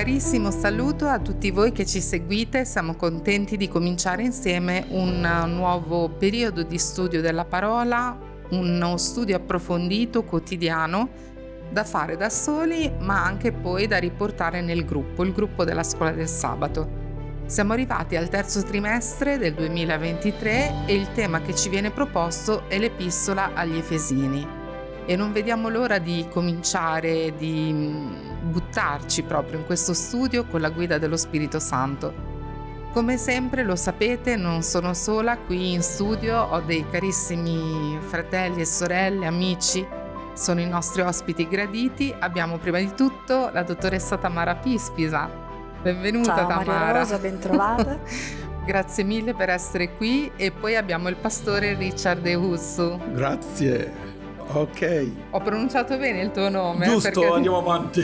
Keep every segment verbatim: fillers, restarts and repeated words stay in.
carissimo saluto a tutti voi che ci seguite. Siamo contenti di cominciare insieme un nuovo periodo di studio della parola, uno studio approfondito, quotidiano, da fare da soli, ma anche poi da riportare nel gruppo, il gruppo della Scuola del Sabato. Siamo arrivati al terzo trimestre del duemilaventitré e il tema che ci viene proposto è l'Epistola agli Efesini. E non vediamo l'ora di cominciare, di buttarci proprio in questo studio con la guida dello Spirito Santo. Come sempre, lo sapete, non sono sola qui in studio, ho dei carissimi fratelli e sorelle, amici, sono i nostri ospiti graditi. Abbiamo prima di tutto la dottoressa Tamara Pispisa. Benvenuta. Ciao, Tamara. Maria Rosa, ben trovata. Grazie mille per essere qui. E poi abbiamo il pastore Richard Eussu. Grazie. Ok. Ho pronunciato bene il tuo nome? Giusto, perché... andiamo avanti.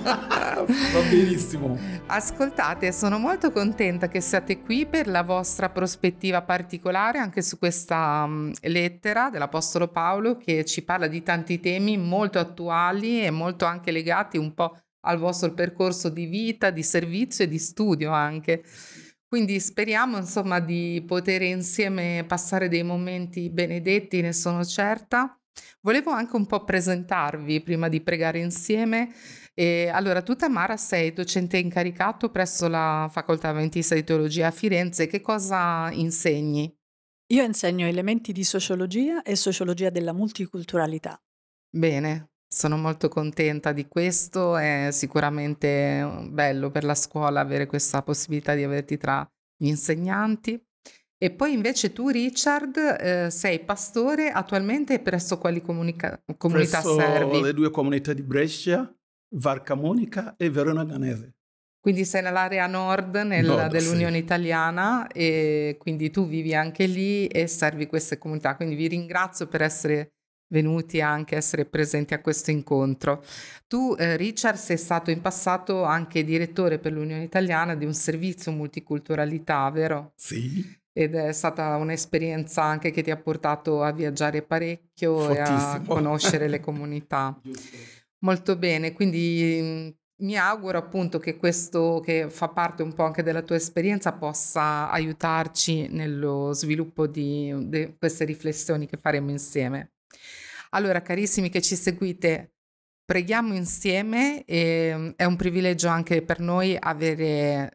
Va benissimo. Ascoltate, sono molto contenta che siate qui per la vostra prospettiva particolare anche su questa um, lettera dell'Apostolo Paolo, che ci parla di tanti temi molto attuali e molto anche legati un po' al vostro percorso di vita, di servizio e di studio anche. Quindi speriamo insomma di poter insieme passare dei momenti benedetti, ne sono certa. Volevo anche un po' presentarvi prima di pregare insieme. E allora, tu Tamara sei docente incaricato presso la Facoltà Adventista di Teologia a Firenze. Che cosa insegni? Io insegno elementi di sociologia e sociologia della multiculturalità. Bene, sono molto contenta di questo. È sicuramente bello per la scuola avere questa possibilità di averti tra gli insegnanti. E poi invece tu, Richard, eh, sei pastore attualmente presso quali comunica- comunità Presso servi? le due comunità di Brescia, Varca Monica e Verona Ganese. Quindi sei nell'area nord nel, Nord, dell'Unione sì. Italiana, e quindi tu vivi anche lì e servi queste comunità. Quindi vi ringrazio per essere venuti anche a essere presenti a questo incontro. Tu, eh, Richard, sei stato in passato anche direttore per l'Unione Italiana di un servizio multiculturalità, vero? Sì. Ed è stata un'esperienza anche che ti ha portato a viaggiare parecchio Fortissimo. e a conoscere le comunità. Giusto. Molto bene, quindi mh, mi auguro appunto che questo, che fa parte un po' anche della tua esperienza, possa aiutarci nello sviluppo di, di queste riflessioni che faremo insieme. Allora, carissimi che ci seguite, preghiamo insieme. E è un privilegio anche per noi avere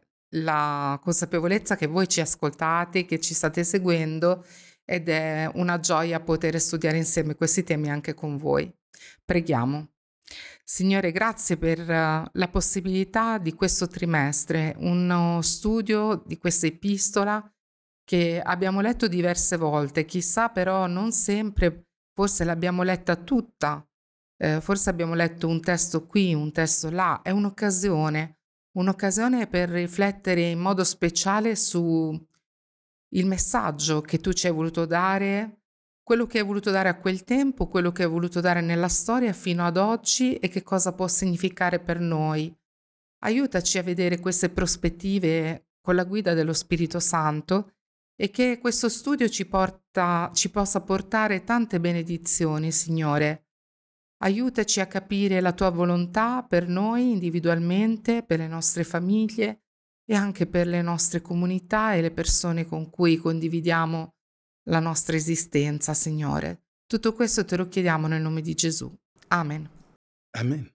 la consapevolezza che voi ci ascoltate, che ci state seguendo, ed è una gioia poter studiare insieme questi temi anche con voi. Preghiamo. Signore, grazie per uh, la possibilità di questo trimestre, uno studio di questa epistola che abbiamo letto diverse volte, chissà però non sempre, forse l'abbiamo letta tutta, eh, forse abbiamo letto un testo qui, un testo là, è un'occasione. Un'occasione per riflettere in modo speciale su il messaggio che tu ci hai voluto dare, quello che hai voluto dare a quel tempo, quello che hai voluto dare nella storia fino ad oggi e che cosa può significare per noi. Aiutaci a vedere queste prospettive con la guida dello Spirito Santo e che questo studio ci porta, ci possa portare tante benedizioni, Signore. Aiutaci a capire la tua volontà per noi individualmente, per le nostre famiglie e anche per le nostre comunità e le persone con cui condividiamo la nostra esistenza, Signore. Tutto questo te lo chiediamo nel nome di Gesù. Amen. Amen.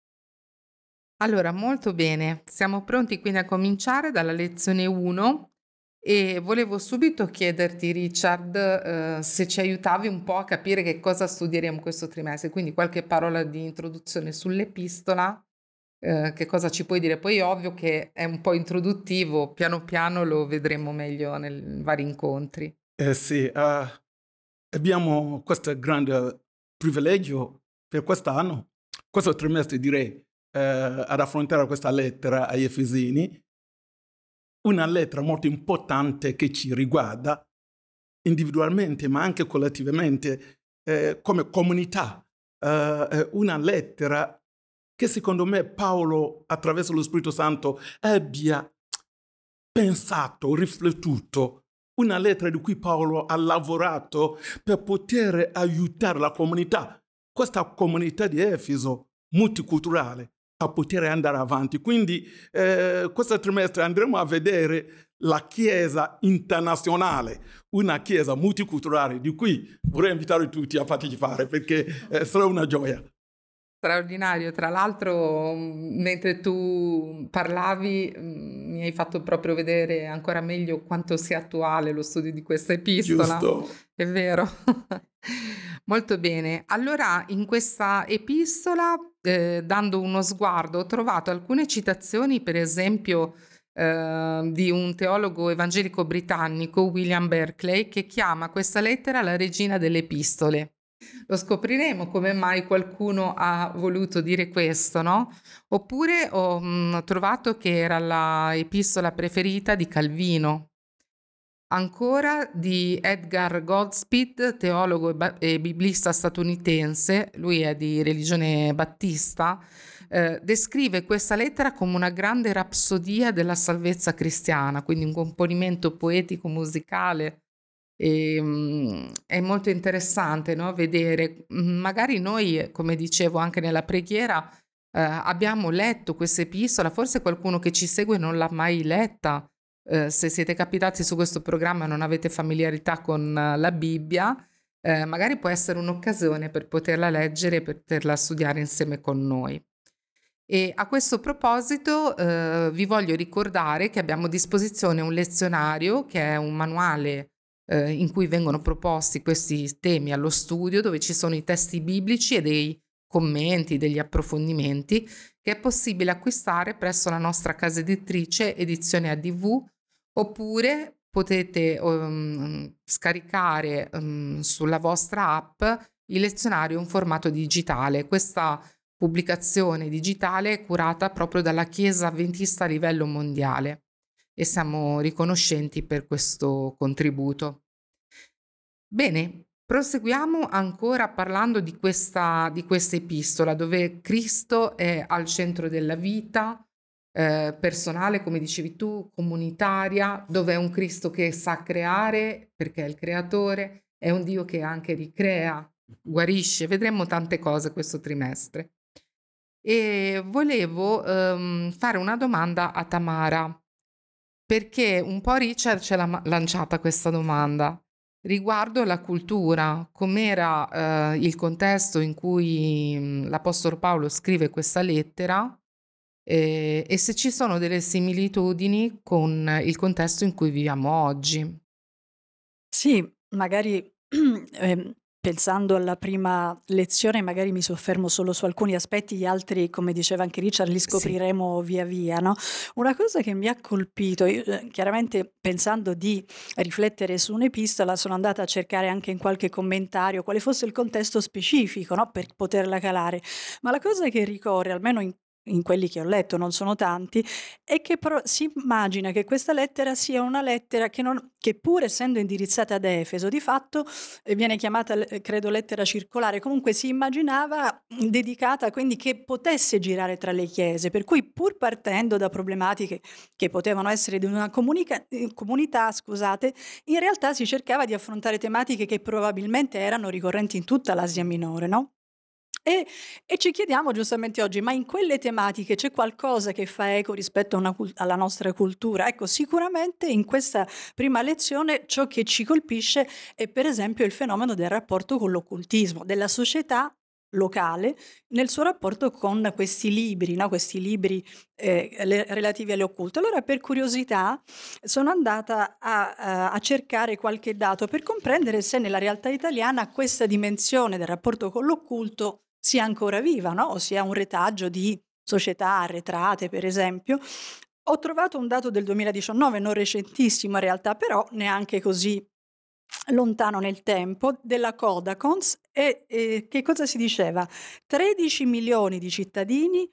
Allora, molto bene. Siamo pronti quindi a cominciare dalla lezione uno. E volevo subito chiederti, Richard, eh, se ci aiutavi un po' a capire che cosa studieremo questo trimestre, quindi qualche parola di introduzione sull'epistola, eh, che cosa ci puoi dire? Poi è ovvio che è un po' introduttivo, piano piano lo vedremo meglio nei vari incontri. Eh sì, uh, abbiamo questo grande privilegio per quest'anno, questo trimestre direi, uh, ad affrontare questa lettera agli Efesini. Una lettera molto importante che ci riguarda individualmente ma anche collettivamente eh, come comunità. Eh, una lettera che secondo me Paolo attraverso lo Spirito Santo abbia pensato, riflettuto. Una lettera di cui Paolo ha lavorato per poter aiutare la comunità, questa comunità di Efeso multiculturale, a poter andare avanti. Quindi eh, questo trimestre andremo a vedere la Chiesa internazionale, una Chiesa multiculturale di cui vorrei invitare tutti a partecipare perché eh, sarà una gioia. Straordinario, tra l'altro mh, mentre tu parlavi mh, mi hai fatto proprio vedere ancora meglio quanto sia attuale lo studio di questa epistola. Giusto. È vero. Molto bene. Allora, in questa epistola, eh, dando uno sguardo, ho trovato alcune citazioni, per esempio, eh, di un teologo evangelico britannico, William Berkeley, che chiama questa lettera la regina delle epistole. Lo scopriremo come mai qualcuno ha voluto dire questo, no? Oppure ho mh, trovato che era la epistola preferita di Calvino. Ancora di Edgar Goldsmith, teologo e, ba- e biblista statunitense, lui è di religione battista, eh, descrive questa lettera come una grande rapsodia della salvezza cristiana, quindi un componimento poetico-musicale. E, mm, è molto interessante, no? Vedere, mm, magari noi, come dicevo anche nella preghiera, eh, abbiamo letto questa epistola, forse qualcuno che ci segue non l'ha mai letta. Eh, se siete capitati su questo programma e non avete familiarità con eh, la Bibbia, eh, magari può essere un'occasione per poterla leggere e poterla studiare insieme con noi. E a questo proposito eh, vi voglio ricordare che abbiamo a disposizione un lezionario che è un manuale eh, in cui vengono proposti questi temi allo studio, dove ci sono i testi biblici e dei commenti, degli approfondimenti, che è possibile acquistare presso la nostra casa editrice Edizione A D V, oppure potete um, scaricare um, sulla vostra app il lezionario in formato digitale. Questa pubblicazione digitale è curata proprio dalla Chiesa Adventista a livello mondiale e siamo riconoscenti per questo contributo. Bene, proseguiamo ancora parlando di questa, di questa epistola, dove Cristo è al centro della vita eh, personale, come dicevi tu, comunitaria, dove è un Cristo che sa creare, perché è il creatore, è un Dio che anche ricrea, guarisce. Vedremo tante cose questo trimestre. E volevo ehm, fare una domanda a Tamara, perché un po' Richard ce l'ha ma- lanciata questa domanda riguardo la cultura, com'era eh, il contesto in cui mh, l'Apostolo Paolo scrive questa lettera eh, e se ci sono delle similitudini con il contesto in cui viviamo oggi. Sì, magari ehm, pensando alla prima lezione, magari mi soffermo solo su alcuni aspetti, gli altri, come diceva anche Richard, li Sì, scopriremo via via, no? Una cosa che mi ha colpito, io, eh, chiaramente pensando di riflettere su un'epistola, sono andata a cercare anche in qualche commentario quale fosse il contesto specifico, no? Per poterla calare. Ma la cosa che ricorre, almeno in in quelli che ho letto, non sono tanti, è che però si immagina che questa lettera sia una lettera che, non, che pur essendo indirizzata ad Efeso, di fatto eh, viene chiamata, eh, credo, lettera circolare, comunque si immaginava mh, dedicata, quindi che potesse girare tra le chiese, per cui pur partendo da problematiche che potevano essere di una comunica- eh, comunità, scusate, in realtà si cercava di affrontare tematiche che probabilmente erano ricorrenti in tutta l'Asia Minore, no? E e ci chiediamo giustamente oggi: ma in quelle tematiche c'è qualcosa che fa eco rispetto a una cul alla nostra cultura? Ecco, sicuramente in questa prima lezione ciò che ci colpisce è per esempio il fenomeno del rapporto con l'occultismo, della società locale nel suo rapporto con questi libri, no, questi libri, ehm, le relativi all'occulto. Allora per curiosità sono andata a a a cercare qualche dato per comprendere se nella realtà italiana questa dimensione del rapporto con l'occulto sia ancora viva, no, o sia un retaggio di società arretrate, per esempio. Ho trovato un dato del duemiladiciannove, non recentissimo in realtà, però neanche così lontano nel tempo, della Codacons e, ehm, che cosa si diceva? tredici milioni di cittadini,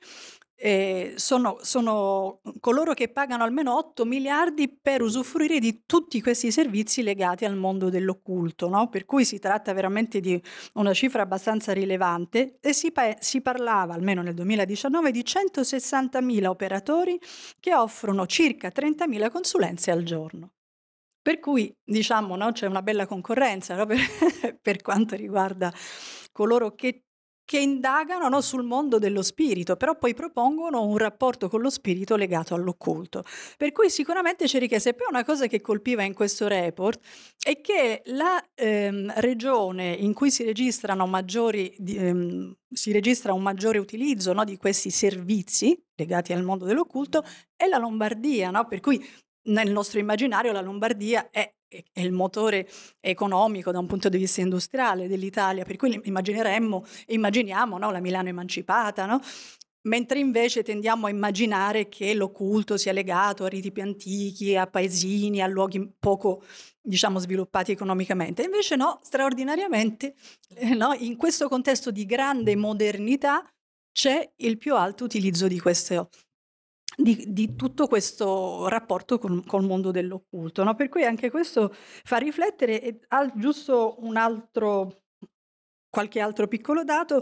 ehm, sono sono coloro che pagano almeno otto miliardi per usufruire di tutti questi servizi legati al mondo dell'occulto, no, per cui si tratta veramente di una cifra abbastanza rilevante e si pa si parlava, almeno nel duemiladiciannove, di centosessantamila operatori che offrono circa trentamila consulenze al giorno. Per cui diciamo, no, c'è una bella concorrenza, no, per per quanto riguarda coloro che che indagano, no, sul mondo dello spirito, però poi propongono un rapporto con lo spirito legato all'occulto. Per cui sicuramente c'è richiesta. E poi una cosa che colpiva in questo report è che la ehm, regione in cui si registrano maggiori, di- ehm, si registra un maggiore utilizzo, no, di questi servizi legati al mondo dell'occulto è la Lombardia, no? Per cui nel nostro immaginario la Lombardia è, è- è il motore economico da un punto di vista industriale dell'Italia, per cui immagineremmo e immaginiamo, no, la Milano emancipata, no? Mentre invece tendiamo a immaginare che l'occulto sia legato a riti più antichi, a paesini, a luoghi poco, diciamo, sviluppati economicamente. Invece no, straordinariamente, eh, no, in questo contesto di grande modernità c'è il più alto utilizzo di questo, di, di tutto questo rapporto col, col mondo dell'occulto, no? Per cui anche questo fa riflettere. E al, giusto un altro, qualche altro piccolo dato,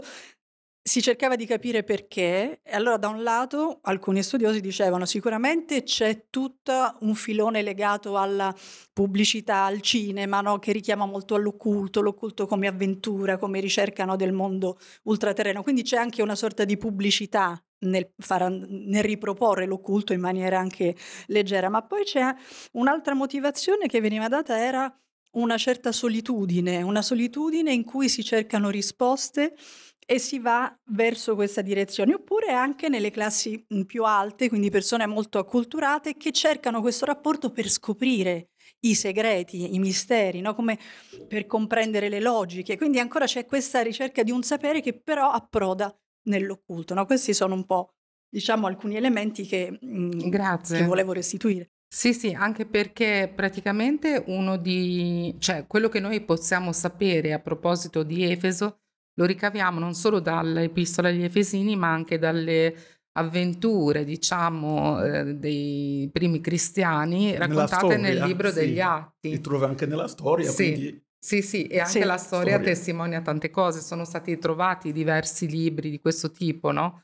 si cercava di capire perché, e allora da un lato alcuni studiosi dicevano sicuramente c'è tutto un filone legato alla pubblicità, al cinema, no? Che richiama molto all'occulto, l'occulto come avventura, come ricerca, no, del mondo ultraterreno, quindi c'è anche una sorta di pubblicità nel, far, nel riproporre l'occulto in maniera anche leggera, ma poi c'è un'altra motivazione che veniva data, era una certa solitudine, una solitudine in cui si cercano risposte e si va verso questa direzione, oppure anche nelle classi mh, più alte, quindi persone molto acculturate che cercano questo rapporto per scoprire i segreti, i misteri, no? Come per comprendere le logiche. Quindi ancora c'è questa ricerca di un sapere che però approda nell'occulto, no? Questi sono un po', diciamo, alcuni elementi che, mh, che Grazie. volevo restituire. Sì, sì, anche perché praticamente uno di cioè quello che noi possiamo sapere a proposito di Efeso lo ricaviamo non solo dall'Epistola agli Efesini, ma anche dalle avventure, diciamo, eh, dei primi cristiani Nella raccontate nel storia, libro degli sì, si Atti. trova anche nella storia, Sì, quindi sì, sì, e anche Sì. la storia storia. testimonia tante cose. Sono stati trovati diversi libri di questo tipo, no?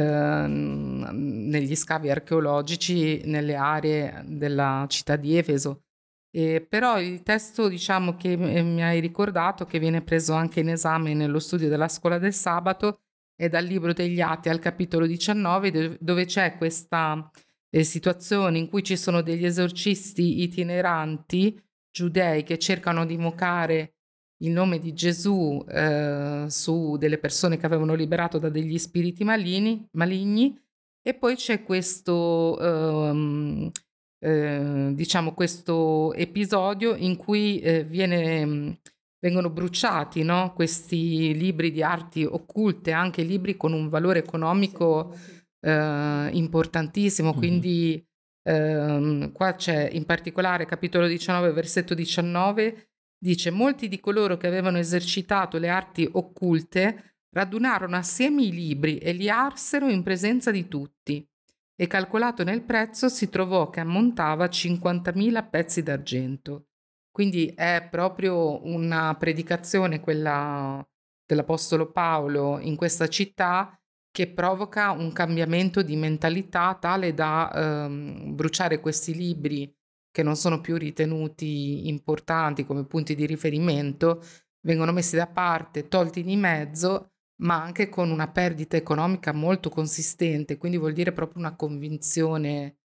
Ehm, negli scavi archeologici nelle aree della città di Efeso. E però il testo, diciamo, che m- mi hai ricordato, che viene preso anche in esame nello studio della scuola del sabato, è dal libro degli Atti al capitolo diciannove, dove dove c'è questa eh, situazione in cui ci sono degli esorcisti itineranti giudei che cercano di invocare il nome di Gesù eh, su delle persone che avevano liberato da degli spiriti maligni, maligni e poi c'è questo, ehm, eh, diciamo, questo episodio in cui eh, viene, mh, vengono bruciati, no? Questi libri di arti occulte, anche libri con un valore economico eh, importantissimo, Mhm. quindi ehm, qua c'è in particolare capitolo diciannove, versetto diciannove, dice: molti di coloro che avevano esercitato le arti occulte radunarono assieme i libri e li arsero in presenza di tutti, e calcolato nel prezzo si trovò che ammontava a cinquantamila pezzi d'argento. Quindi è proprio una predicazione, quella dell'Apostolo Paolo in questa città, che provoca un cambiamento di mentalità tale da ehm, bruciare questi libri che non sono più ritenuti importanti come punti di riferimento, vengono messi da parte, tolti di mezzo, ma anche con una perdita economica molto consistente, quindi vuol dire proprio una convinzione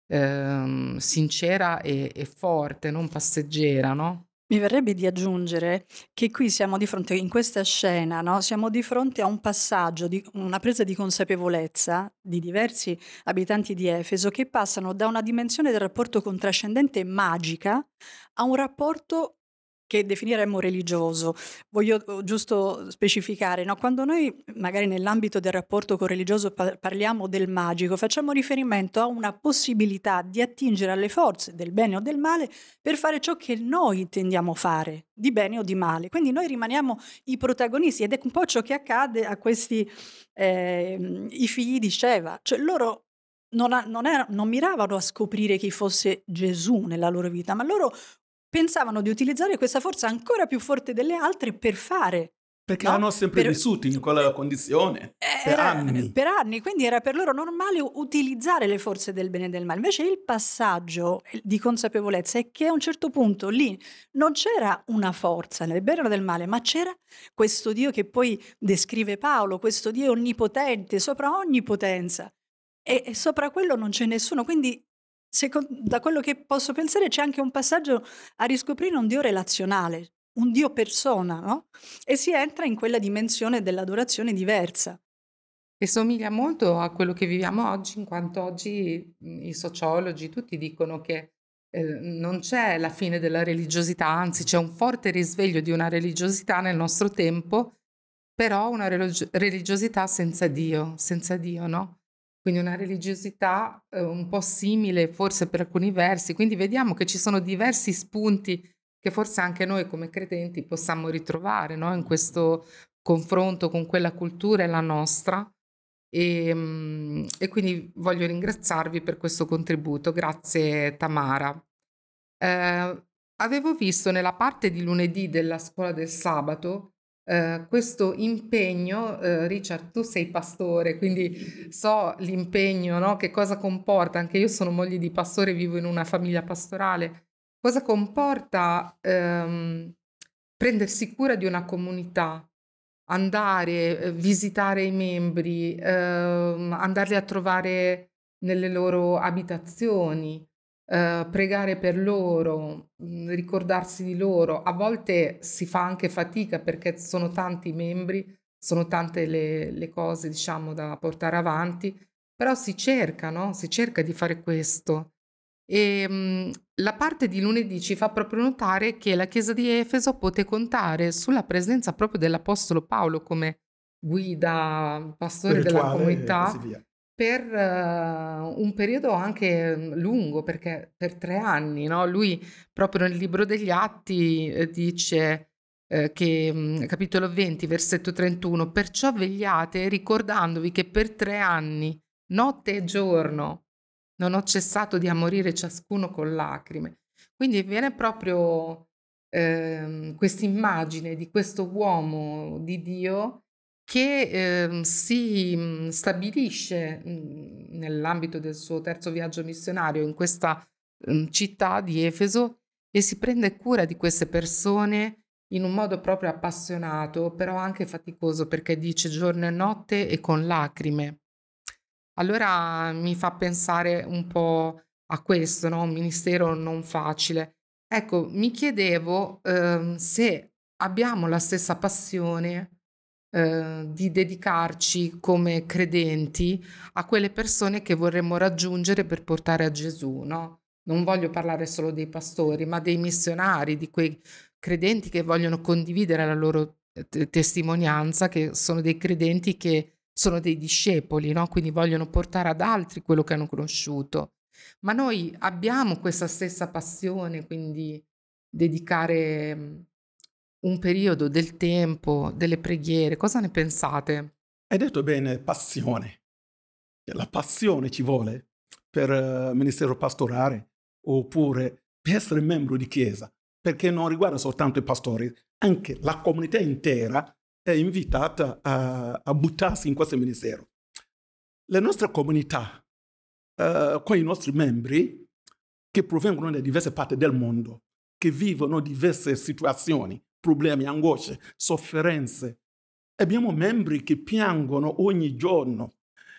ehm, sincera e, e forte, non passeggera, no? Mi verrebbe di aggiungere che qui siamo di fronte, in questa scena, no, siamo di fronte a un passaggio, di una presa di consapevolezza di diversi abitanti di Efeso che passano da una dimensione del rapporto con trascendente magica a un rapporto che definiremmo religioso. Voglio uh, giusto specificare, no? Quando noi magari nell'ambito del rapporto con religioso pa- parliamo del magico, facciamo riferimento a una possibilità di attingere alle forze del bene o del male per fare ciò che noi intendiamo fare, di bene o di male. Quindi noi rimaniamo i protagonisti, ed è un po' ciò che accade a questi, ehm, i figli di Sceva. Cioè loro non, ha- non era- non miravano a scoprire chi fosse Gesù nella loro vita, ma loro pensavano di utilizzare questa forza ancora più forte delle altre per fare Perché no? hanno sempre Per, vissuto in quella condizione per era, anni. per anni, quindi era per loro normale u- utilizzare le forze del bene e del male. Invece il passaggio eh, di consapevolezza è che a un certo punto lì non c'era una forza nel bene o nel male, ma c'era questo Dio che poi descrive Paolo, questo Dio onnipotente, sopra ogni potenza. E, e sopra quello non c'è nessuno. Quindi, seco- da quello che posso pensare, c'è anche un passaggio a riscoprire un Dio relazionale, un Dio persona, no? E si entra in quella dimensione dell'adorazione diversa. E somiglia molto a quello che viviamo oggi, in quanto oggi mh, i sociologi tutti dicono che eh, non c'è la fine della religiosità, anzi c'è un forte risveglio di una religiosità nel nostro tempo, però una religio- religiosità senza Dio, senza Dio, no? Quindi una religiosità eh, un po' simile forse per alcuni versi, quindi vediamo che ci sono diversi spunti che forse anche noi come credenti possiamo ritrovare, no? In questo confronto con quella cultura e la nostra. E, mm, e quindi voglio ringraziarvi per questo contributo. Grazie Tamara. Eh, Avevo visto nella parte di lunedì della scuola del sabato eh, questo impegno, eh, Richard, tu sei pastore, quindi so l'impegno, no? Che cosa comporta, anche io sono moglie di pastore, vivo in una famiglia pastorale, cosa comporta ehm, prendersi cura di una comunità, andare, eh, visitare i membri, ehm, andarli a trovare nelle loro abitazioni, eh, pregare per loro, mh, ricordarsi di loro. A volte si fa anche fatica perché sono tanti i membri, sono tante le, le cose, diciamo, da portare avanti, però si cerca, no? Si cerca di fare questo. E mh, la parte di lunedì ci fa proprio notare che la Chiesa di Efeso poté contare sulla presenza proprio dell'Apostolo Paolo come guida, pastore della Spirituale e così comunità via. per eh, un periodo anche mm, lungo, perché per tre anni, no? Lui proprio nel libro degli Atti eh, dice eh, che, mm, capitolo venti, versetto trentuno, perciò vegliate ricordandovi che per tre anni, notte e giorno, non ho cessato di ammonire ciascuno con lacrime. Quindi viene proprio ehm, questa immagine di questo uomo di Dio che ehm, si mh, stabilisce mh, nell'ambito del suo terzo viaggio missionario in questa mh, città di Efeso e si prende cura di queste persone in un modo proprio appassionato, però anche faticoso perché dice giorno e notte e con lacrime. Allora mi fa pensare un po' a questo, no? Un ministero non facile. Ecco, mi chiedevo ehm, se abbiamo la stessa passione eh, di dedicarci come credenti a quelle persone che vorremmo raggiungere per portare a Gesù, no? Non voglio parlare solo dei pastori, ma dei missionari, di quei credenti che vogliono condividere la loro eh, te- testimonianza, che sono dei credenti che sono dei discepoli, no? Quindi vogliono portare ad altri quello che hanno conosciuto. Ma noi abbiamo questa stessa passione, quindi dedicare mm, un periodo del tempo, delle preghiere. Cosa ne pensate? Hai detto bene, passione. La passione ci vuole per eh, ministero pastorale oppure per essere membro di chiesa, perché non riguarda soltanto i pastori, anche la comunità intera è invitata a, a buttarsi in questo ministero. Le nostre comunità, eh, con i nostri membri, che provengono da diverse parti del mondo, che vivono diverse situazioni, problemi, angosce, sofferenze. Abbiamo membri che piangono ogni giorno.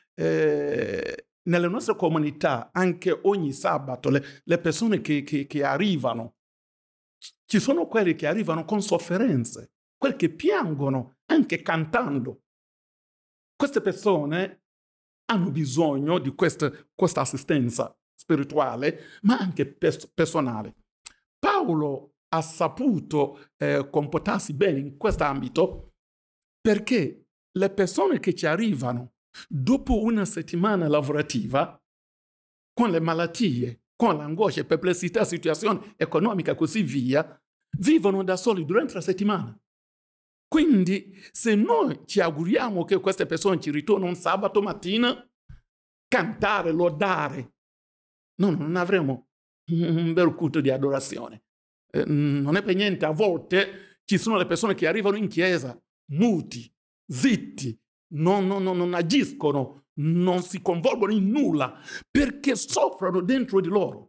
Eh, nelle nostre comunità, anche ogni sabato, le, le persone che, che, che arrivano, ci sono quelli che arrivano con sofferenze, quelli che piangono anche cantando. Queste persone hanno bisogno di questa, questa assistenza spirituale, ma anche pers- personale. Paolo ha saputo eh, comportarsi bene in quest'ambito perché le persone che ci arrivano dopo una settimana lavorativa, con le malattie, con l'angoscia, perplessità, situazione economica e così via, vivono da soli durante la settimana. Quindi se noi ci auguriamo che queste persone ci ritornino un sabato mattina, cantare, lodare, no, non avremo un bel culto di adorazione. Eh, non è per niente, a volte ci sono le persone che arrivano in chiesa muti, zitti, non, non- non- non agiscono, non si coinvolgono in nulla perché soffrono dentro di loro.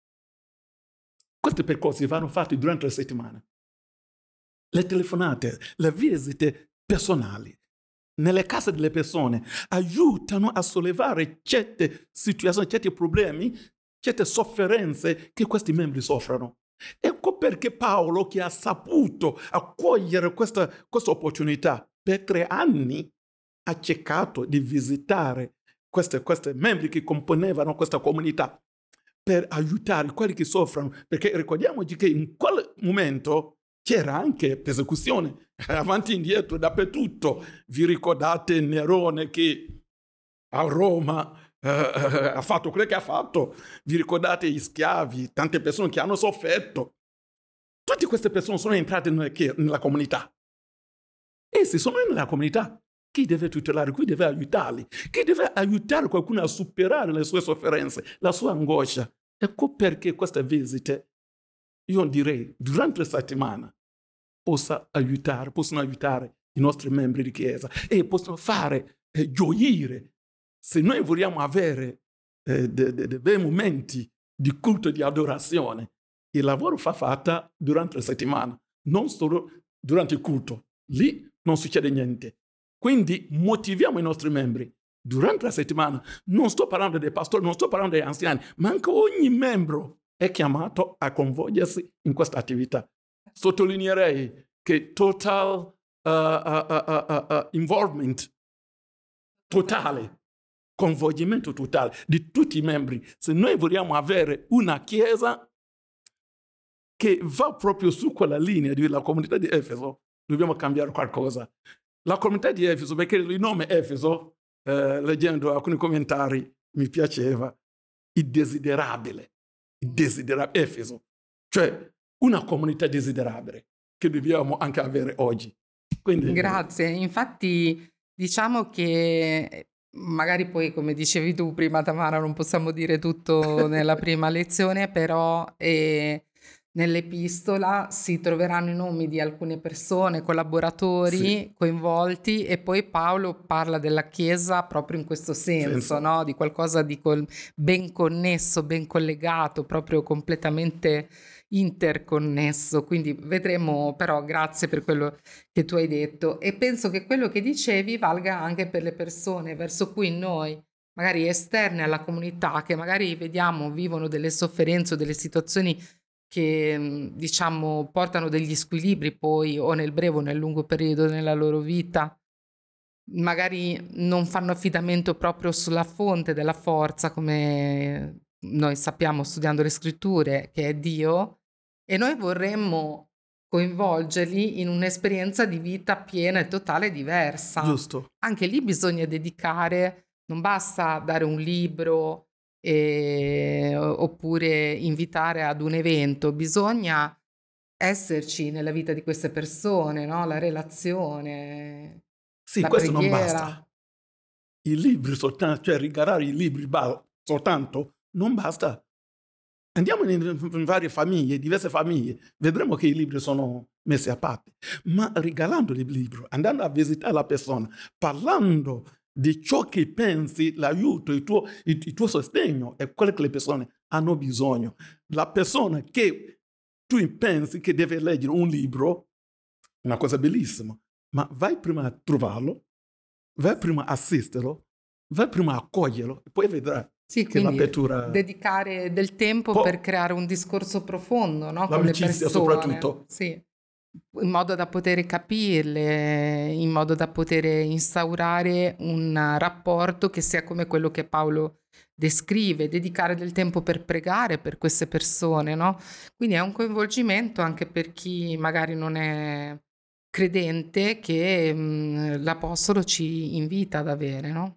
Questi percorsi vanno fatti durante la settimana. Le telefonate, le visite personali nelle case delle persone aiutano a sollevare certe situazioni, certi problemi, certe sofferenze che questi membri soffrono. Ecco perché Paolo, che ha saputo accogliere questa, questa opportunità per tre anni, ha cercato di visitare questi membri che componevano questa comunità per aiutare quelli che soffrono, perché ricordiamoci che in quel momento c'era anche persecuzione, avanti e indietro, dappertutto. Vi ricordate Nerone che a Roma eh, ha fatto quello che ha fatto? Vi ricordate gli schiavi, tante persone che hanno sofferto? Tutte queste persone sono entrate nella comunità. Essi sono nella comunità. Chi deve tutelare? Chi deve aiutarli? Chi deve aiutare qualcuno a superare le sue sofferenze, la sua angoscia? Ecco perché queste visite, io direi, durante la settimana, possa aiutare, possono aiutare i nostri membri di chiesa e possono fare eh, gioire. Se noi vogliamo avere eh, dei de, de bei momenti di culto e di adorazione, il lavoro va fatto durante la settimana, non solo durante il culto. Lì non succede niente. Quindi motiviamo i nostri membri durante la settimana. Non sto parlando dei pastori, non sto parlando degli anziani, ma anche ogni membro è chiamato a coinvolgersi in questa attività. Sottolineerei che total uh, uh, uh, uh, uh, involvement totale, coinvolgimento totale di tutti i membri. Se noi vogliamo avere una chiesa che va proprio su quella linea della comunità di Efeso, dobbiamo cambiare qualcosa. La comunità di Efeso, perché il nome Efeso, eh, leggendo alcuni commentari, mi piaceva, il desiderabile, il desiderabile, Efeso, cioè una comunità desiderabile che dobbiamo anche avere oggi. Quindi, Grazie, infatti diciamo che magari poi, come dicevi tu prima Tamara, non possiamo dire tutto nella prima lezione, però eh, nell'epistola si troveranno i nomi di alcune persone, collaboratori sì, coinvolti, e poi Paolo parla della Chiesa proprio in questo senso, senso. no? Di qualcosa di col- ben connesso, ben collegato, proprio completamente interconnesso. Quindi vedremo, però grazie per quello che tu hai detto, e penso che quello che dicevi valga anche per le persone verso cui noi, magari esterne alla comunità, che magari vediamo vivono delle sofferenze o delle situazioni che mh, diciamo portano degli squilibri poi o nel breve o nel lungo periodo nella loro vita, magari non fanno affidamento proprio sulla fonte della forza, come noi sappiamo studiando le scritture, che è Dio, e noi vorremmo coinvolgerli in un'esperienza di vita piena e totale diversa. Giusto. Anche lì bisogna dedicare, non basta dare un libro eh, oppure invitare ad un evento, bisogna esserci nella vita di queste persone, no? La relazione, Sì, la questo non preghiera. basta. I libri soltanto, cioè regalare i libri ba- soltanto, non basta. Andiamo in, in varie famiglie, diverse famiglie, vedremo che i libri sono messi a parte. Ma regalando il libro, andando a visitare la persona, parlando di ciò che pensi, l'aiuto, il tuo, il, il tuo sostegno è quello che le persone hanno bisogno. La persona che tu pensi che deve leggere un libro, una cosa bellissima, ma vai prima a trovarlo, vai prima a assisterlo, vai prima a accoglierlo e poi vedrai Sì, che quindi l'apertura... dedicare del tempo per Po- creare un discorso profondo, no? Con le l'amicizia persone, soprattutto. sì, in modo da poter capirle, in modo da poter instaurare un rapporto che sia come quello che Paolo descrive, dedicare del tempo per pregare per queste persone, no? Quindi è un coinvolgimento anche per chi magari non è credente, che mh, l'Apostolo ci invita ad avere, no?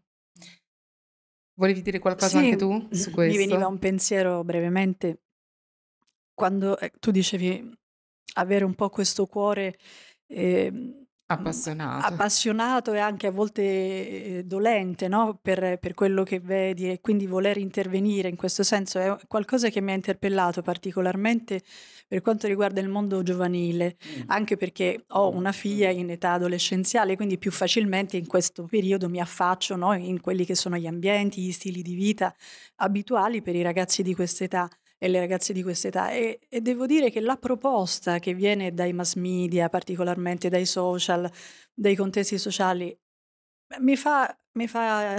Volevi dire qualcosa Sì, anche tu su mi veniva questo? un pensiero brevemente quando eh, tu dicevi avere un po' questo cuore ehm, Appassionato. appassionato e anche a volte eh, dolente, no? per, per quello che vedi, e quindi voler intervenire in questo senso è qualcosa che mi ha interpellato particolarmente per quanto riguarda il mondo giovanile, anche perché ho una figlia in età adolescenziale, quindi più facilmente in questo periodo mi affaccio, no? in quelli che sono gli ambienti, gli stili di vita abituali per i ragazzi di quest'età e le ragazze di quest'età, e, e devo dire che la proposta che viene dai mass media, particolarmente dai social, dai contesti sociali, beh, mi fa, mi fa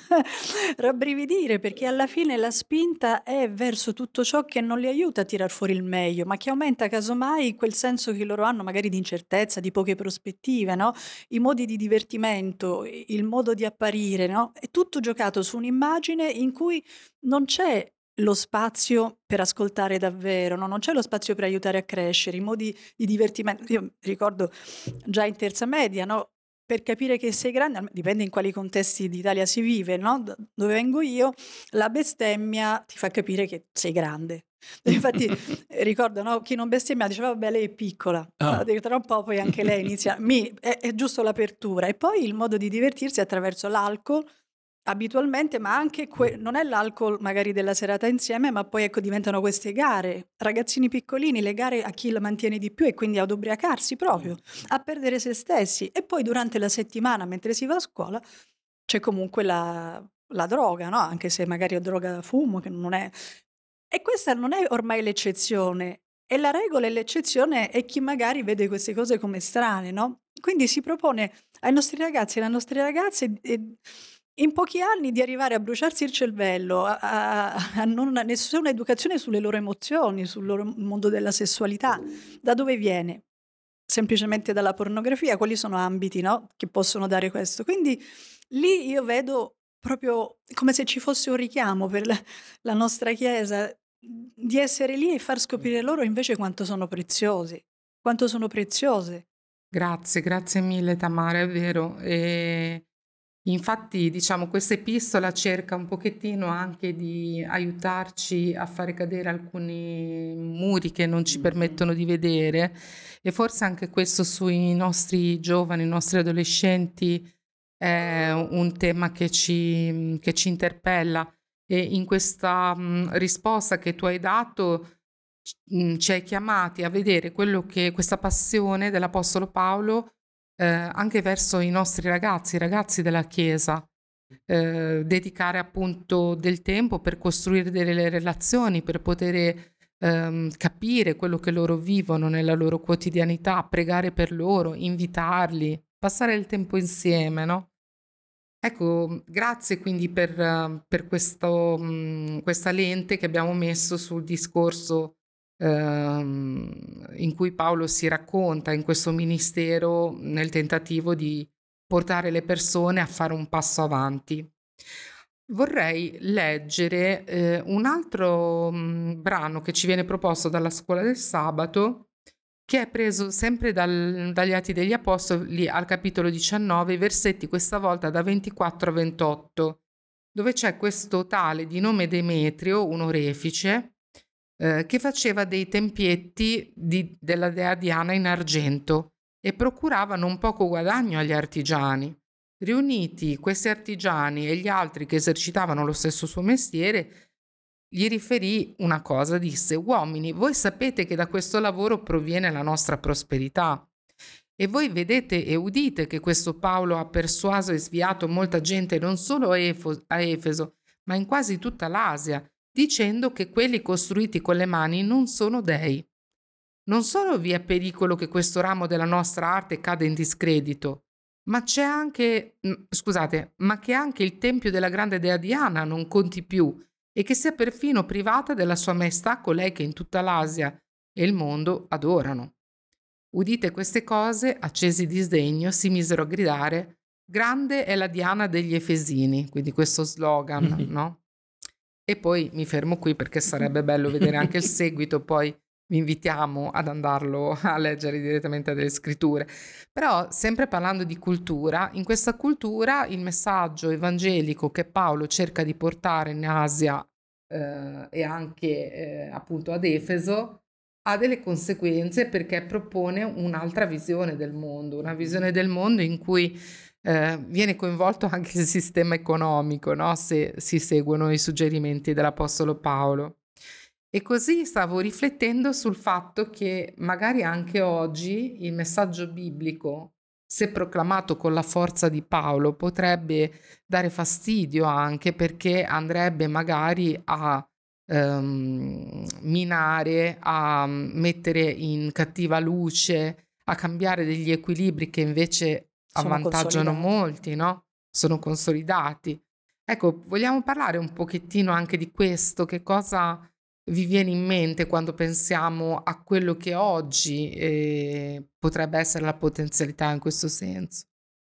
rabbrividire, perché alla fine la spinta è verso tutto ciò che non li aiuta a tirar fuori il meglio, ma che aumenta casomai quel senso che loro hanno magari di incertezza, di poche prospettive, no? I modi di divertimento, i- il modo di apparire, no? È tutto giocato su un'immagine in cui non c'è lo spazio per ascoltare davvero, no? Non c'è lo spazio per aiutare a crescere, i modi di divertimento. Io ricordo già in terza media, no? Per capire che sei grande, alme- dipende in quali contesti d'Italia si vive, no? Da- Dove vengo io, la bestemmia ti fa capire che sei grande. Infatti eh, ricordo, no? Chi non bestemmia diceva, vabbè, lei è piccola. Ah. Allora, tra un po' poi anche lei inizia, mi, è, è giusto l'apertura. E poi il modo di divertirsi attraverso l'alcol, abitualmente, ma anche que- non è l'alcol magari della serata insieme, ma poi ecco diventano queste gare, ragazzini piccolini, le gare a chi la mantiene di più e quindi ad ubriacarsi proprio, a perdere se stessi. E poi durante la settimana, mentre si va a scuola, c'è comunque la, la droga, no? Anche se magari è droga da fumo, che non è... E questa non è ormai l'eccezione, è la regola, e l'eccezione è chi magari vede queste cose come strane, no? Quindi si propone ai nostri ragazzi e alle nostre ragazze eh, in pochi anni di arrivare a bruciarsi il cervello, a, a- a non a nessuna educazione sulle loro emozioni, sul loro mondo della sessualità. Da dove viene? Semplicemente dalla pornografia? Quali sono ambiti, no, che possono dare questo? Quindi lì io vedo proprio come se ci fosse un richiamo per la, la nostra Chiesa, mhmm, di essere lì e far scoprire loro invece quanto sono preziosi, quanto sono preziose. Grazie, grazie mille Tamara, è vero. E infatti, diciamo, questa epistola cerca un pochettino anche di aiutarci a fare cadere alcuni muri che non ci permettono di vedere, e forse anche questo sui nostri giovani, i nostri adolescenti è un tema che ci, che ci interpella, e in questa mh, risposta che tu hai dato c- mh, ci hai chiamati a vedere quello che questa passione dell'Apostolo Paolo eh, anche verso i nostri ragazzi, i ragazzi della Chiesa, eh, dedicare appunto del tempo per costruire delle relazioni, per poter ehm, capire quello che loro vivono nella loro quotidianità, pregare per loro, invitarli, passare il tempo insieme, no? Ecco, grazie quindi per, eh, per questo, mh, questa lente che abbiamo messo sul discorso ehm, in cui Paolo si racconta in questo ministero nel tentativo di portare le persone a fare un passo avanti. Vorrei leggere eh, un altro mh, brano che ci viene proposto dalla scuola del sabato, che è preso sempre dal- dagli Atti degli Apostoli al capitolo diciannove, versetti questa volta da ventiquattro a ventotto, dove c'è questo tale di nome Demetrio, un orefice, eh, che faceva dei tempietti di- della dea Diana in argento e procurava non poco guadagno agli artigiani. Riuniti questi artigiani e gli altri che esercitavano lo stesso suo mestiere, gli riferì una cosa, disse: Uomini, voi sapete che da questo lavoro proviene la nostra prosperità. E voi vedete e udite che questo Paolo ha persuaso e sviato molta gente non solo a Efo- a Efeso, ma in quasi tutta l'Asia, dicendo che quelli costruiti con le mani non sono dei. Non solo vi è pericolo che questo ramo della nostra arte cada in discredito, ma c'è anche, mm, scusate, ma che anche il tempio della grande dea Diana non conti più e che sia perfino privata della sua maestà colei che in tutta l'Asia e il mondo adorano. Udite queste cose, accesi di sdegno, si misero a gridare: Grande è la Diana degli Efesini, quindi questo slogan, no? E poi mi fermo qui perché sarebbe bello vedere anche il seguito, poi vi invitiamo ad andarlo a leggere direttamente dalle scritture. Però, sempre parlando di cultura, in questa cultura il messaggio evangelico che Paolo cerca di portare in Asia eh, e anche eh, appunto ad Efeso ha delle conseguenze perché propone un'altra visione del mondo, una visione del mondo in cui eh, viene coinvolto anche il sistema economico, no? Se si seguono i suggerimenti dell'Apostolo Paolo. E così stavo riflettendo sul fatto che magari anche oggi il messaggio biblico, se proclamato con la forza di Paolo, potrebbe dare fastidio anche perché andrebbe magari a ehm, minare, a mettere in cattiva luce, a cambiare degli equilibri che invece Sono avvantaggiano consolidati. molti, no? Sono consolidati. Ecco, vogliamo parlare un pochettino anche di questo? Che cosa vi viene in mente quando pensiamo a quello che oggi eh, potrebbe essere la potenzialità in questo senso?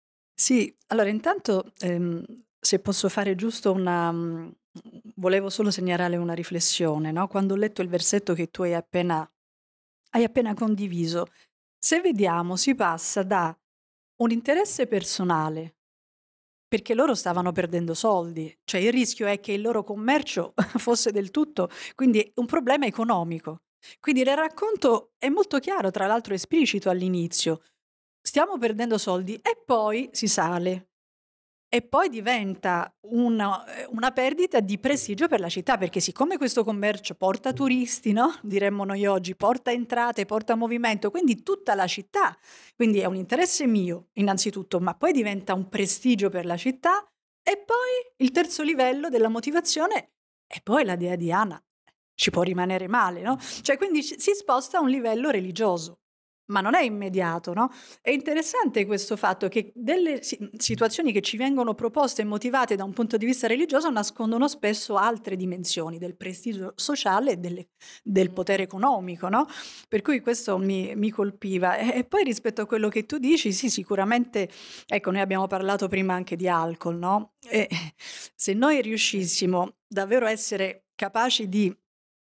Sì, allora intanto, ehm, se posso fare giusto una mhmm, volevo solo segnalare una riflessione, no, quando ho letto il versetto che tu hai appena hai appena condiviso, se vediamo si passa da un interesse personale, perché loro stavano perdendo soldi, cioè il rischio è che il loro commercio fosse del tutto quindi un problema economico. Quindi nel racconto è molto chiaro, tra l'altro esplicito all'inizio: stiamo perdendo soldi e poi si sale. E poi diventa una ehm, una perdita di prestigio per la città, perché siccome questo commercio porta turisti, no, diremmo noi oggi, porta entrate, porta movimento, quindi tutta la città. Quindi è un interesse mio innanzitutto, ma poi diventa un prestigio per la città e poi il terzo livello della motivazione e poi la dea Diana ci può rimanere male, no, cioè quindi ci si sposta a un livello religioso, ma non è immediato, no? È interessante questo fatto che delle si mhmm, situazioni che ci vengono proposte e motivate da un punto di vista religioso nascondono spesso altre dimensioni del prestigio sociale e delle del potere economico, no, per cui questo mi mi colpiva. E e poi rispetto a quello che tu dici, sì, sicuramente ecco, noi abbiamo parlato prima anche di alcol, no, e se noi riuscissimo davvero a essere capaci di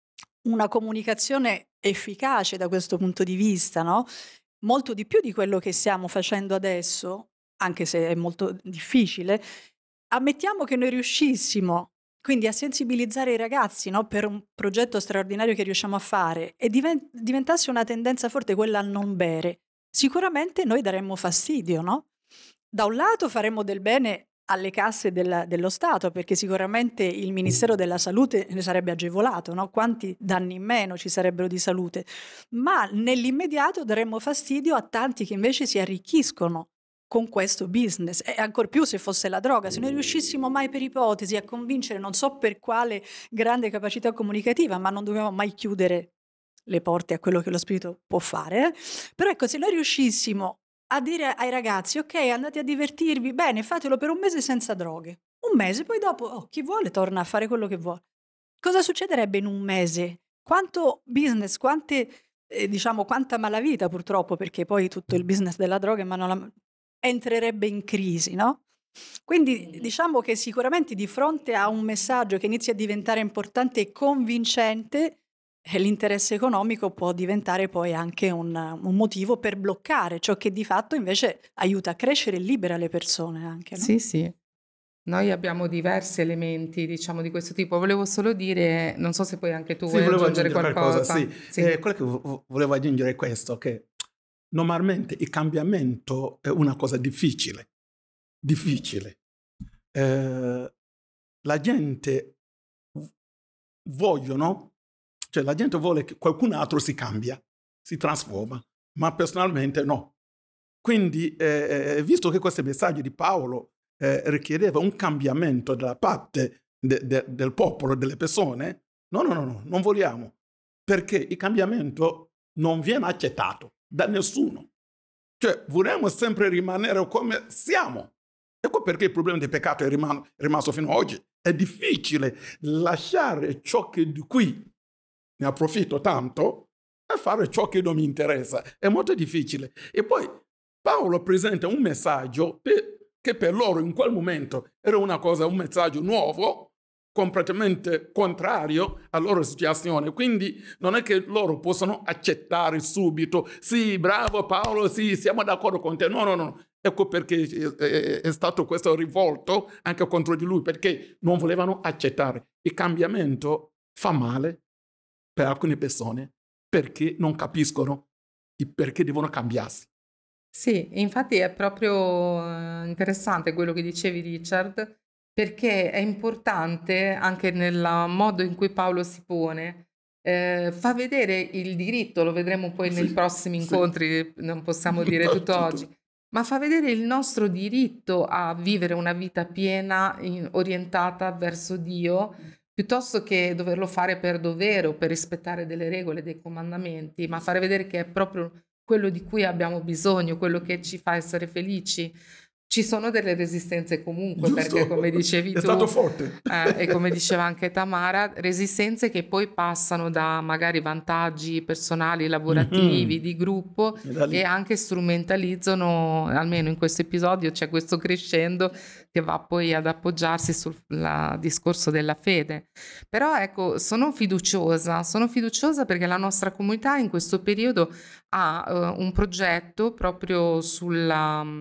una comunicazione efficace da questo punto di vista, no, molto di più di quello che stiamo facendo adesso, anche se è molto difficile, ammettiamo che noi riuscissimo quindi a sensibilizzare i ragazzi, no, per un progetto straordinario che riusciamo a fare e diven diventasse una tendenza forte quella a non bere, sicuramente noi daremmo fastidio, no? Da un lato faremmo del bene alle casse del dello Stato, perché sicuramente il Ministero della Salute ne sarebbe agevolato, no, quanti danni in meno ci sarebbero di salute, ma nell'immediato daremmo fastidio a tanti che invece si arricchiscono con questo business e ancor più se fosse la droga. Se noi riuscissimo mai per ipotesi a convincere, non so per quale grande capacità comunicativa, ma non dobbiamo mai chiudere le porte a quello che lo spirito può fare, eh, però ecco se noi riuscissimo a dire ai ragazzi: "Okay, andate a divertirvi, bene, fatelo per un mese senza droghe." un mese, poi dopo, oh, chi vuole torna a fare quello che vuole. Cosa succederebbe in un mese? Quanto business, quante ehm, diciamo quanta malavita purtroppo, perché poi tutto il business della droga in mano alla m entrerebbe in crisi, no, quindi diciamo che sicuramente di fronte a un messaggio che inizia a diventare importante e convincente, eh, l'interesse economico può diventare poi anche un un motivo per bloccare ciò che di fatto invece aiuta a crescere e libera le persone anche, no? Sì, sì. Noi abbiamo diversi elementi, diciamo, di questo tipo. Volevo solo dire, non so se poi anche tu Sì, vuoi volevo aggiungere aggiungere qualcosa, sì. qualcosa. Sì. Eh, quello che vo- vo- volevo aggiungere è questo, che normalmente il cambiamento è una cosa difficile, difficile. Eh, la gente v- vogliono, cioè la gente vuole che qualcun altro si cambia, si trasforma, ma personalmente no. Quindi, eh, visto che questo messaggio di Paolo eh, richiedeva un cambiamento da parte de- de- del popolo, delle persone, no, no, no, no, non vogliamo, perché il cambiamento non viene accettato da nessuno. Cioè, vogliamo sempre rimanere come siamo. Ecco perché il problema del peccato è, riman- è rimasto fino ad oggi. È difficile lasciare ciò che di cui ne approfitto tanto e fare ciò che non mi interessa. È molto difficile. E poi Paolo presenta un messaggio per- che per loro in quel momento era una cosa, un messaggio nuovo, completamente contrario alla loro situazione. Quindi non è che loro possono accettare subito, sì, bravo Paolo, sì, siamo d'accordo con te. No, no, no. Ecco perché è, è stato questo rivolto anche contro di lui, perché non volevano accettare. Il cambiamento fa male per alcune persone, perché non capiscono il perché devono cambiarsi. Sì, infatti è proprio eh, interessante quello che dicevi, Richard, perché è importante anche nel modo in cui Paolo si pone, eh, fa vedere il diritto, lo vedremo poi nei Sì, prossimi sì. incontri, non possiamo dire tutto oggi, ma fa vedere il nostro diritto a vivere una vita piena, in- orientata verso Dio, piuttosto che doverlo fare per dovere o per rispettare delle regole, dei comandamenti, ma fare vedere che è proprio quello di cui abbiamo bisogno, quello che ci fa essere felici. Ci sono delle resistenze comunque, perché Giusto? come dicevi È stato tu, forte. eh, e come diceva anche Tamara, resistenze che poi passano da magari vantaggi personali, lavorativi, Mhm. di gruppo E da lì. e anche strumentalizzano, almeno in questo episodio c'è questo crescendo che va poi ad appoggiarsi sul la- discorso della fede. Però ecco, sono fiduciosa, sono fiduciosa perché la nostra comunità in questo periodo ha eh, un progetto proprio sulla, mh,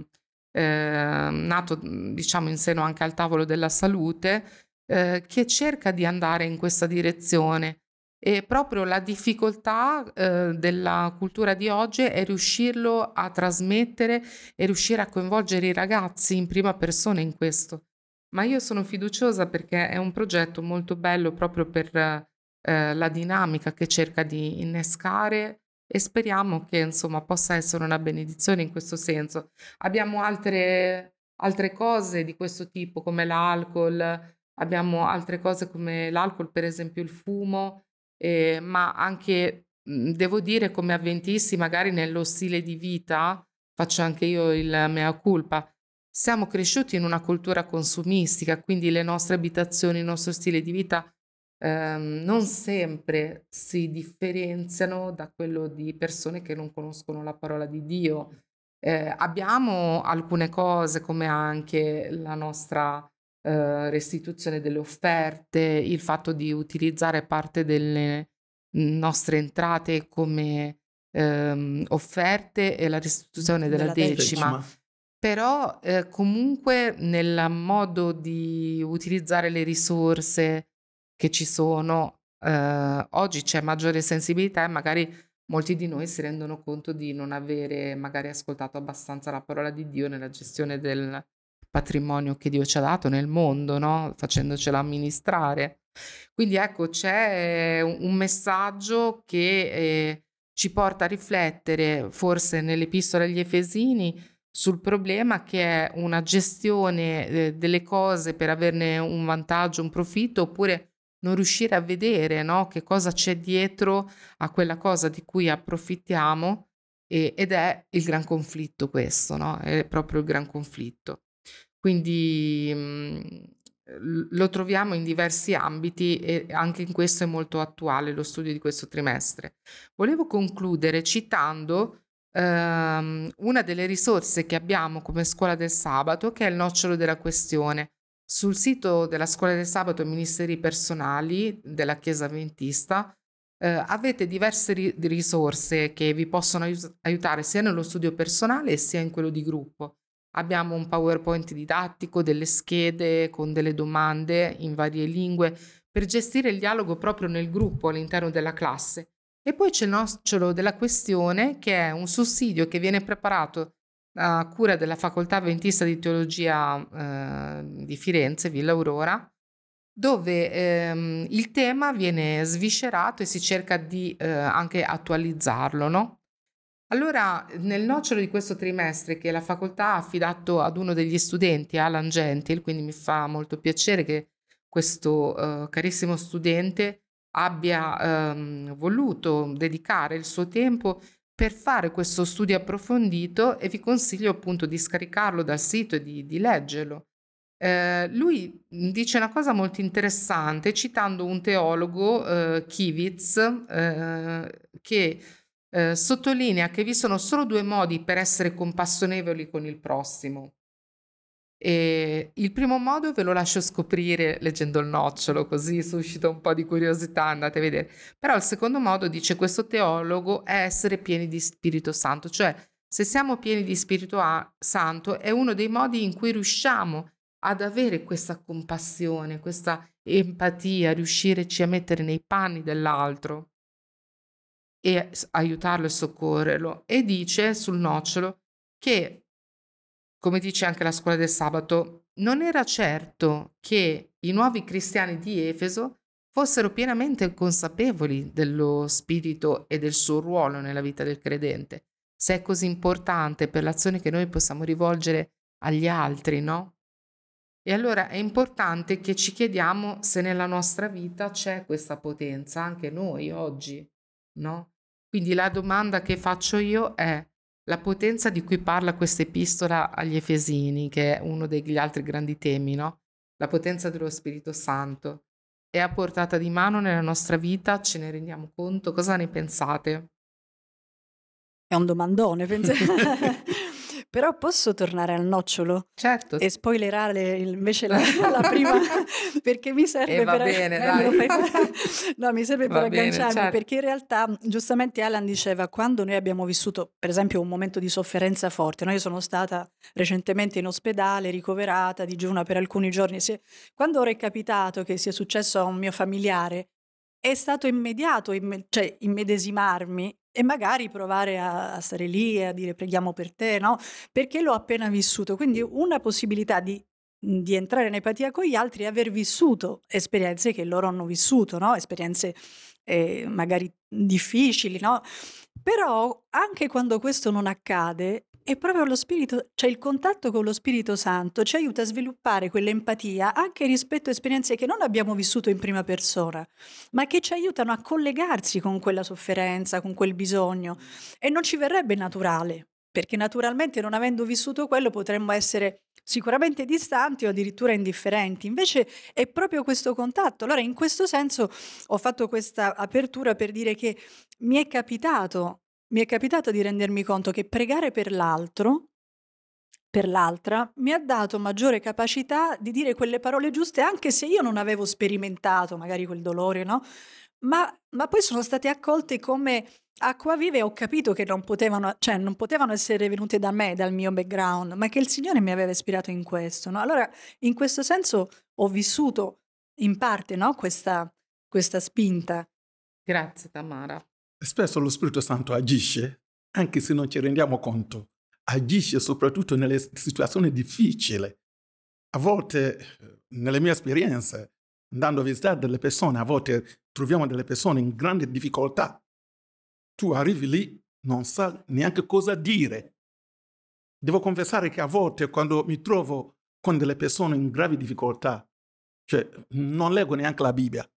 eh, nato mh, diciamo in seno anche al tavolo della salute, eh, che cerca di andare in questa direzione. E proprio la difficoltà eh, della cultura di oggi è riuscirlo a trasmettere e riuscire a coinvolgere i ragazzi in prima persona in questo. Ma io sono fiduciosa perché è un progetto molto bello proprio per eh, la dinamica che cerca di innescare e speriamo che insomma possa essere una benedizione in questo senso. Abbiamo altre, altre cose di questo tipo come l'alcol, abbiamo altre cose come l'alcol, per esempio il fumo, eh, ma anche mh, devo dire come avventisti magari nello stile di vita, faccio anche io il mea culpa. Siamo cresciuti in una cultura consumistica, quindi le nostre abitazioni, il nostro stile di vita ehm, non sempre si differenziano da quello di persone che non conoscono la parola di Dio. Eh, abbiamo alcune cose come anche la nostra eh, restituzione delle offerte, il fatto di utilizzare parte delle nostre entrate come ehm, offerte e la restituzione della Della decima. decima. Decima. Però, ehm, comunque nel modo di utilizzare le risorse che ci sono, ehm, oggi c'è maggiore sensibilità e magari molti di noi si rendono conto di non avere magari ascoltato abbastanza la parola di Dio nella gestione del patrimonio che Dio ci ha dato nel mondo, no, facendocelo amministrare. Quindi ecco, c'è un un messaggio che, ehm, ci porta a riflettere, forse nell'Epistola agli Efesini, sul problema che è una gestione, ehm, delle cose per averne un vantaggio, un profitto, oppure non riuscire a vedere, no, che cosa c'è dietro a quella cosa di cui approfittiamo, e ed è il gran conflitto questo, no, è proprio il gran conflitto. Quindi, mhmm, l lo troviamo in diversi ambiti e anche in questo è molto attuale lo studio di questo trimestre. Volevo concludere citando ehm, una delle risorse che abbiamo come Scuola del Sabato, che è il nocciolo della questione. Sul sito della Scuola del Sabato Ministeri Personali della Chiesa Adventista eh, avete diverse ri- risorse che vi possono aius- aiutare sia nello studio personale sia in quello di gruppo. Abbiamo un PowerPoint didattico, delle schede con delle domande in varie lingue per gestire il dialogo proprio nel gruppo all'interno della classe. E poi c'è il nocciolo della questione, che è un sussidio che viene preparato a cura della Facoltà Adventista di Teologia eh, di Firenze, Villa Aurora, dove ehm, il tema viene sviscerato e si cerca di eh, anche attualizzarlo, no? Allora, nel nocciolo di questo trimestre che la facoltà ha affidato ad uno degli studenti, Alan Gentil, quindi mi fa molto piacere che questo eh, carissimo studente abbia ehm, voluto dedicare il suo tempo per fare questo studio approfondito e vi consiglio appunto di scaricarlo dal sito e di, di leggerlo. Eh, lui mh, dice una cosa molto interessante citando un teologo, eh, Kivitz, eh, che eh, sottolinea che vi sono solo due modi per essere compassionevoli con il prossimo. E il primo modo ve lo lascio scoprire leggendo il nocciolo, così suscita un po' di curiosità, andate a vedere. Però il secondo modo, dice questo teologo, è essere pieni di Spirito Santo, cioè se siamo pieni di Spirito A- Santo è uno dei modi in cui riusciamo ad avere questa compassione, questa empatia, riuscireci a mettere nei panni dell'altro. e s- aiutarlo e soccorrerlo. E dice sul nocciolo che, come dice anche la scuola del sabato, non era certo che i nuovi cristiani di Efeso fossero pienamente consapevoli dello spirito e del suo ruolo nella vita del credente, se è così importante per l'azione che noi possiamo rivolgere agli altri, no? E allora è importante che ci chiediamo se nella nostra vita c'è questa potenza, anche noi oggi, no? Quindi la domanda che faccio io è: la potenza di cui parla questa epistola agli Efesini, che è uno degli altri grandi temi, no? La potenza dello Spirito Santo, è a portata di mano nella nostra vita? Ce ne rendiamo conto? Cosa ne pensate? È un domandone, pensa però posso tornare al nocciolo Certo, e sì. spoilerare il invece la la prima perché mi E serve va per a bene, eh, me lo dai. fai fa no, mi serve per Va bene, agganciarmi, certo. perché in realtà, giustamente Alan diceva, quando noi abbiamo vissuto, per esempio, un momento di sofferenza forte, no, io sono stata recentemente in ospedale, ricoverata, digiuna per alcuni giorni, se quando ora è capitato che sia successo a un mio familiare, è stato immediato, imme cioè immedesimarmi e magari provare a a stare lì e a dire: "Preghiamo per te", no, perché l'ho appena vissuto. Quindi una possibilità di mhmm, di entrare in empatia con gli altri è aver vissuto esperienze che loro hanno vissuto, no, esperienze, ehm, magari difficili, no, però anche quando questo non accade, è proprio lo spirito cioè il contatto con lo Spirito Santo ci aiuta a sviluppare quell'empatia anche rispetto a esperienze che non abbiamo vissuto in prima persona, ma che ci aiutano a collegarsi con quella sofferenza, con quel bisogno e non ci verrebbe naturale, perché naturalmente non avendo vissuto quello potremmo essere sicuramente distanti o addirittura indifferenti. Invece è proprio questo contatto. Allora in questo senso ho fatto questa apertura per dire che mi è capitato mi è capitato di rendermi conto che pregare per l'altro per l'altra, mi ha dato maggiore capacità di dire quelle parole giuste, anche se io non avevo sperimentato magari quel dolore, no, ma ma poi sono state accolte come acquaviva e ho capito che non potevano cioè non potevano essere venute da me, dal mio background, ma che il Signore mi aveva ispirato in questo, no, allora in questo senso ho vissuto in parte, no, questa questa spinta. Grazie Tamara. Spesso lo Spirito Santo agisce, anche se non ci rendiamo conto, agisce soprattutto nelle situazioni difficili. A volte, eh, nelle mie esperienze, andando a visitare delle persone, a volte troviamo delle persone in grande difficoltà. Tu arrivi lì, non sai neanche cosa dire. Devo confessare che a volte, quando mi trovo con delle persone in gravi difficoltà, cioè non leggo neanche la Bibbia,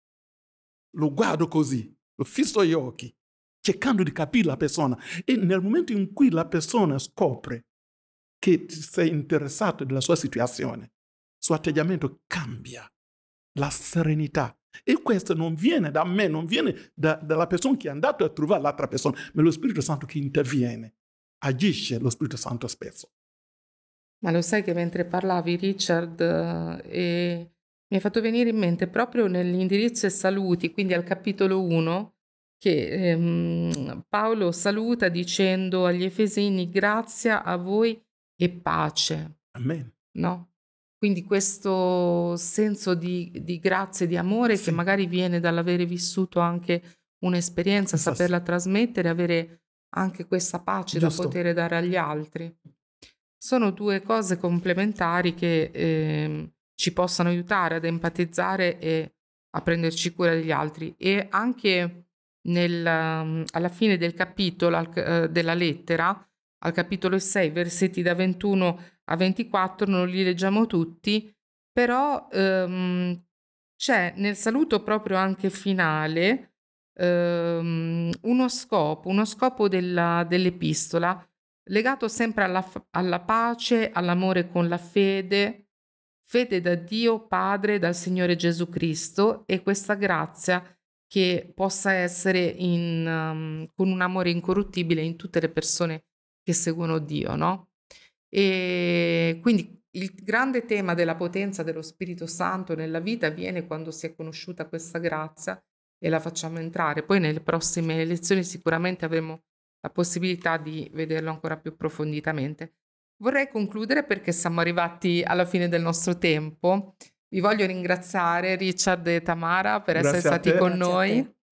lo guardo così, lo fisso gli occhi, cercando di capire la persona. E nel momento in cui la persona scopre che ti sei interessato della sua situazione, il suo atteggiamento cambia, la serenità. E questo non viene da me, non viene da, dalla persona che è andata a trovare l'altra persona, ma lo Spirito Santo che interviene. Agisce lo Spirito Santo spesso. Ma lo sai che mentre parlavi, Richard, eh, e mi hai fatto venire in mente proprio nell'indirizzo e saluti, quindi al capitolo uno, che ehm, Paolo saluta dicendo agli Efesini grazia a voi e pace, Amen. no? Quindi questo senso di, di grazia e di amore che Sì, magari viene dall'avere vissuto anche un'esperienza, questa sì. saperla trasmettere, avere anche questa pace da Giusto. poter dare agli altri. Sono due cose complementari che, ehm, ci possono aiutare ad empatizzare e a prenderci cura degli altri. E anche nel mhmm, alla fine del capitolo, al c uhm, della lettera, al capitolo sei, versetti da ventuno a ventiquattro, non li leggiamo tutti, però, uhm, c'è nel saluto proprio anche finale, uhm, uno scopo uno scopo della dell'epistola legato sempre alla f alla pace, all'amore con la fede, fede da Dio Padre, dal Signore Gesù Cristo e questa grazia che possa essere in mhmm, con un amore incorruttibile in tutte le persone che seguono Dio, no, ehm, quindi il grande tema della potenza dello Spirito Santo nella vita avviene quando si è conosciuta questa grazia e la facciamo entrare. Poi nelle prossime lezioni sicuramente avremo la possibilità di vederlo ancora più approfonditamente. Vorrei concludere perché siamo arrivati alla fine del nostro tempo. Vi voglio ringraziare Richard e Tamara per essere Grazie a stati te. con Grazie a te. noi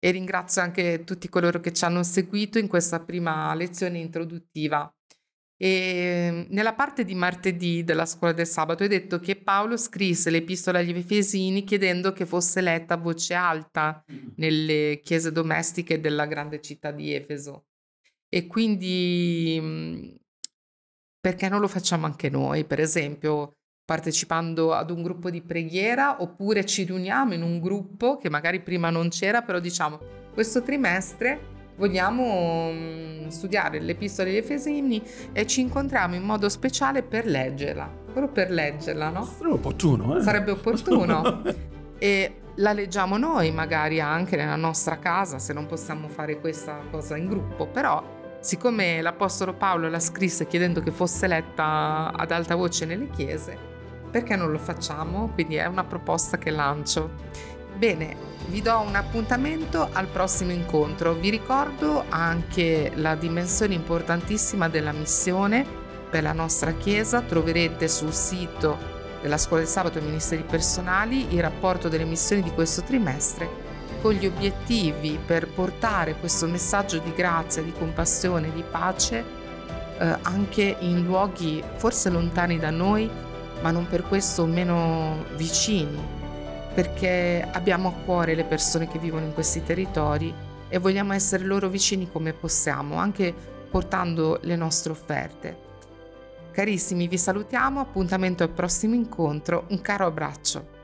e ringrazio anche tutti coloro che ci hanno seguito in questa prima lezione introduttiva. E nella parte di martedì della scuola del sabato hai detto che Paolo scrisse l'epistola agli Efesini chiedendo che fosse letta a voce alta nelle chiese domestiche della grande città di Efeso. E quindi mh, perché non lo facciamo anche noi, per esempio partecipando ad un gruppo di preghiera, oppure ci riuniamo in un gruppo che magari prima non c'era, però diciamo questo trimestre vogliamo mm, studiare l'epistola agli Efesini e ci incontriamo in modo speciale per leggerla, proprio per leggerla, no? Sarebbe opportuno, eh? Sarebbe opportuno. E la leggiamo noi magari anche nella nostra casa, se non possiamo fare questa cosa in gruppo, però siccome l'Apostolo Paolo la scrisse chiedendo che fosse letta ad alta voce nelle chiese, perché non lo facciamo? Quindi è una proposta che lancio. Bene, vi do un appuntamento al prossimo incontro. Vi ricordo anche la dimensione importantissima della missione per la nostra Chiesa. Troverete sul sito della Scuola del Sabato e Ministeri Personali il rapporto delle missioni di questo trimestre con gli obiettivi per portare questo messaggio di grazia, di compassione, di pace eh, anche in luoghi forse lontani da noi, ma non per questo meno vicini, perché abbiamo a cuore le persone che vivono in questi territori e vogliamo essere loro vicini come possiamo, anche portando le nostre offerte. Carissimi, vi salutiamo, appuntamento al prossimo incontro, un caro abbraccio.